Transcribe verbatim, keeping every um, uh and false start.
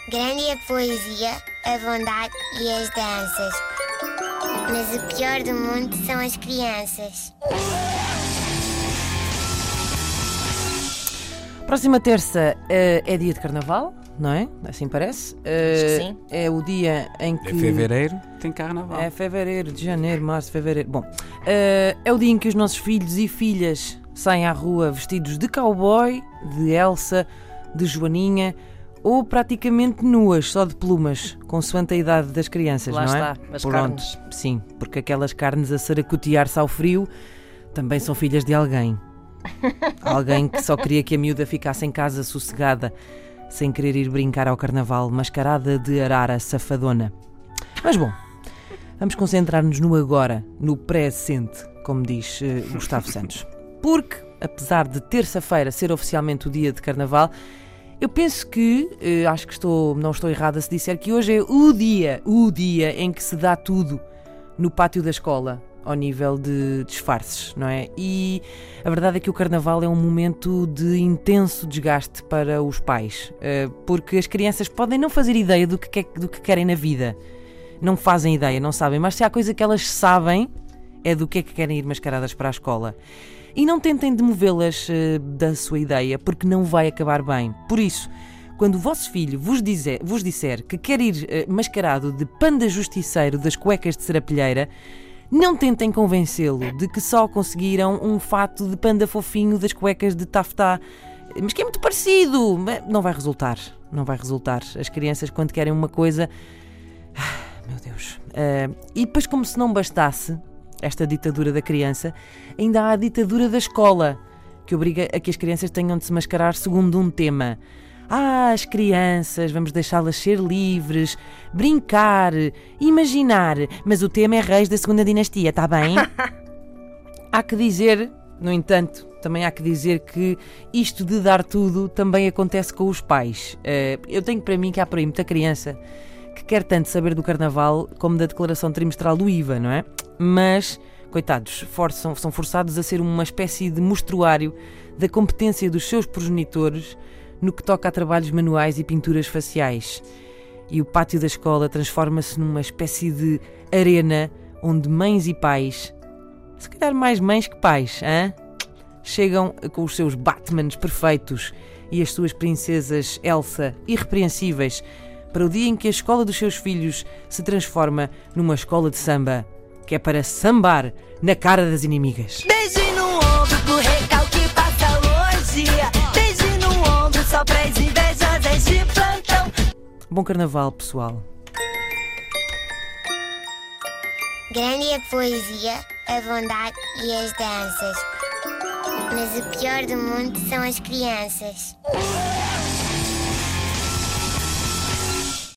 Grande é a poesia, a bondade e as danças. Mas o pior do mundo são as crianças. Próxima terça uh, é dia de carnaval, não é? Assim parece. Uh, Acho que sim. É o dia em que... É fevereiro, tem carnaval. É fevereiro, de janeiro, março, fevereiro. Bom, uh, é o dia em que os nossos filhos e filhas saem à rua vestidos de cowboy, de Elsa, de Joaninha, ou praticamente nuas, só de plumas, consoante a idade das crianças, Lá não é? está, as Pronto, carnes. sim, porque aquelas carnes a saracotear-se ao frio também são filhas de alguém. Alguém que só queria que a miúda ficasse em casa sossegada, sem querer ir brincar ao carnaval, mascarada de arara safadona. Mas bom, vamos concentrar-nos no agora, no presente, como diz uh, Gustavo Santos. Porque, apesar de terça-feira ser oficialmente o dia de carnaval, eu penso que, uh, acho que estou, não estou errada se disser que hoje é o dia, o dia em que se dá tudo no pátio da escola, ao nível de disfarces, não é? E a verdade é que o carnaval é um momento de intenso desgaste para os pais, porque as crianças podem não fazer ideia do que, do que querem na vida, não fazem ideia, não sabem, mas se há coisa que elas sabem é do que é que querem ir mascaradas para a escola. E não tentem demovê-las da sua ideia, porque não vai acabar bem. Por isso, quando o vosso filho vos, dizer, vos disser que quer ir uh, mascarado de panda justiceiro das cuecas de serapilheira, não tentem convencê-lo de que só conseguiram um fato de panda fofinho das cuecas de taftá, mas que é muito parecido. Não vai resultar, não vai resultar. As crianças, quando querem uma coisa... Meu Deus. Uh, e depois, como se não bastasse esta ditadura da criança, ainda há a ditadura da escola, que obriga a que as crianças tenham de se mascarar segundo um tema. Ah, as crianças, vamos deixá-las ser livres, brincar, imaginar, mas o tema é reis da segunda dinastia, está bem? Há que dizer, no entanto, também há que dizer que isto de dar tudo também acontece com os pais. Eu tenho para mim que há por aí muita criança que quer tanto saber do carnaval como da declaração trimestral do I V A, não é? Mas, coitados, forçam, são forçados a ser uma espécie de mostruário da competência dos seus progenitores no que toca a trabalhos manuais e pinturas faciais. E o pátio da escola transforma-se numa espécie de arena onde mães e pais, se calhar mais mães que pais, hein? Chegam com os seus Batmans perfeitos e as suas princesas Elsa irrepreensíveis para o dia em que a escola dos seus filhos se transforma numa escola de samba, que é para sambar na cara das inimigas. Beijo no ombro pro recalque passa hoje. Beijo no ombro só para as invejosas de plantão. Bom carnaval, pessoal. Grande é a poesia, a bondade e as danças. Mas o pior do mundo são as crianças.